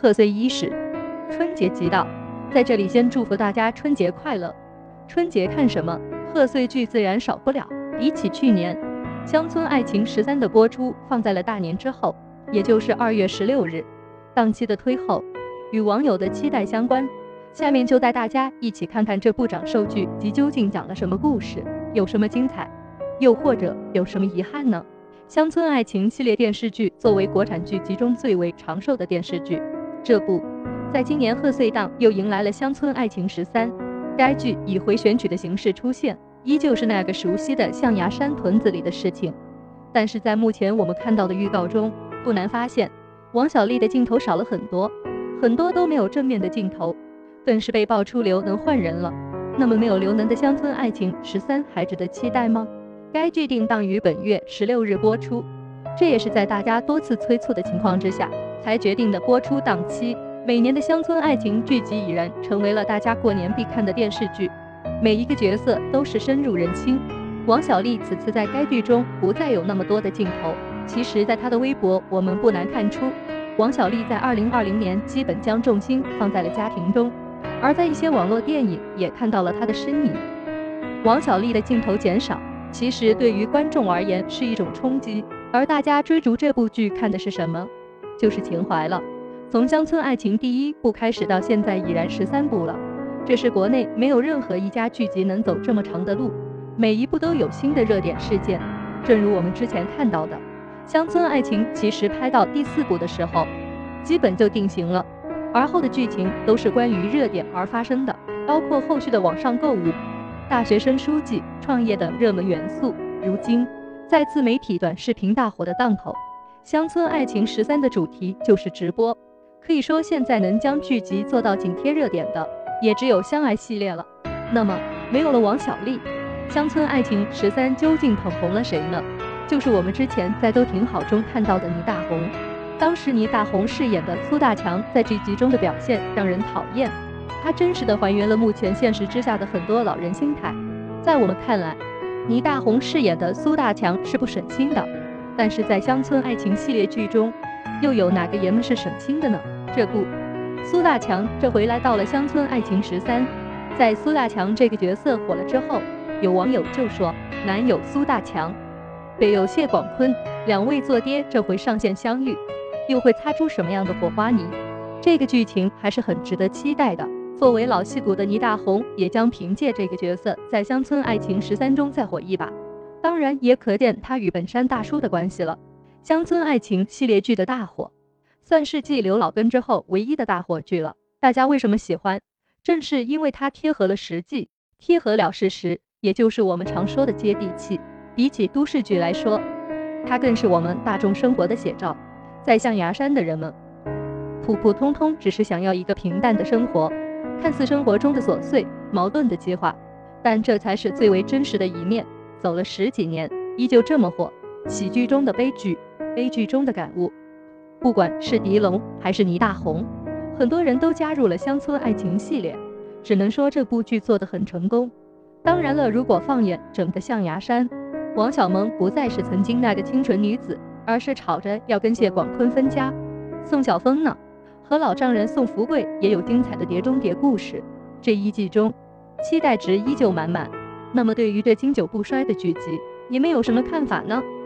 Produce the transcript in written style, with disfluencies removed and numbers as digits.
贺岁伊始，春节即到，在这里先祝福大家春节快乐。春节看什么？贺岁剧自然少不了。比起去年，《乡村爱情13》的播出放在了大年之后，也就是2月16日，档期的推后与网友的期待相关。下面就带大家一起看看这部长寿剧集究竟讲了什么故事，有什么精彩，又或者有什么遗憾呢？乡村爱情系列电视剧作为国产剧集中最为长寿的电视剧，这部在今年贺岁档又迎来了《乡村爱情13》。该剧以回旋曲的形式出现，依旧是那个熟悉的象牙山屯子里的事情。但是在目前我们看到的预告中，不难发现，王小利的镜头少了很多，很多都没有正面的镜头，顿时被爆出刘能换人了。那么没有刘能的《乡村爱情13》还值得期待吗？该剧定档于本月16日播出，这也是在大家多次催促的情况之下才决定的播出档期。每年的乡村爱情剧集已然成为了大家过年必看的电视剧，每一个角色都是深入人心。王小利此次在该剧中不再有那么多的镜头，其实在他的微博我们不难看出，王小利在2020年基本将重心放在了家庭中，而在一些网络电影也看到了他的身影。王小利的镜头减少，其实对于观众而言是一种冲击，而大家追逐这部剧看的是什么？就是情怀了。从乡村爱情第1部开始到现在已然13部了，这是国内没有任何一家剧集能走这么长的路，每一部都有新的热点事件。正如我们之前看到的，乡村爱情其实拍到第4部的时候基本就定型了，而后的剧情都是关于热点而发生的，包括后续的网上购物、大学生书记、创业等热门元素。如今在自媒体短视频大火的档口，乡村爱情13的主题就是直播。可以说现在能将剧集做到紧贴热点的也只有相爱系列了。那么没有了王小利，乡村爱情13究竟捧红了谁呢？就是我们之前在都挺好中看到的倪大红。当时倪大红饰演的苏大强在剧集中的表现让人讨厌，他真实的还原了目前现实之下的很多老人心态。在我们看来，倪大红饰演的苏大强是不省心的，但是在乡村爱情系列剧中又有哪个爷们是省心的呢？这部苏大强这回来到了乡村爱情13。在苏大强这个角色火了之后，有网友就说男友苏大强，北友谢广坤，两位做爹这回上线相遇，又会擦出什么样的火花泥？这个剧情还是很值得期待的。作为老戏骨的倪大红也将凭借这个角色在乡村爱情13中再火一把，当然也可见他与本山大叔的关系了。乡村爱情系列剧的大火，算是继刘老根之后唯一的大火剧了。大家为什么喜欢？正是因为它贴合了实际，贴合了事实，也就是我们常说的接地气。比起都市剧来说，它更是我们大众生活的写照。在象牙山的人们，普普通通只是想要一个平淡的生活，看似生活中的琐碎、矛盾的计划，但这才是最为真实的一面。走了10几年，依旧这么火。喜剧中的悲剧，悲剧中的感悟。不管是狄龙还是倪大红，很多人都加入了乡村爱情系列，只能说这部剧做得很成功。当然了，如果放眼整个象牙山，王小蒙不再是曾经那个清纯女子，而是吵着要跟谢广坤分家。宋晓峰呢，和老丈人宋福贵也有精彩的碟中谍故事。这一季中期待值依旧满满。那么对于这经久不衰的剧集，你们有什么看法呢？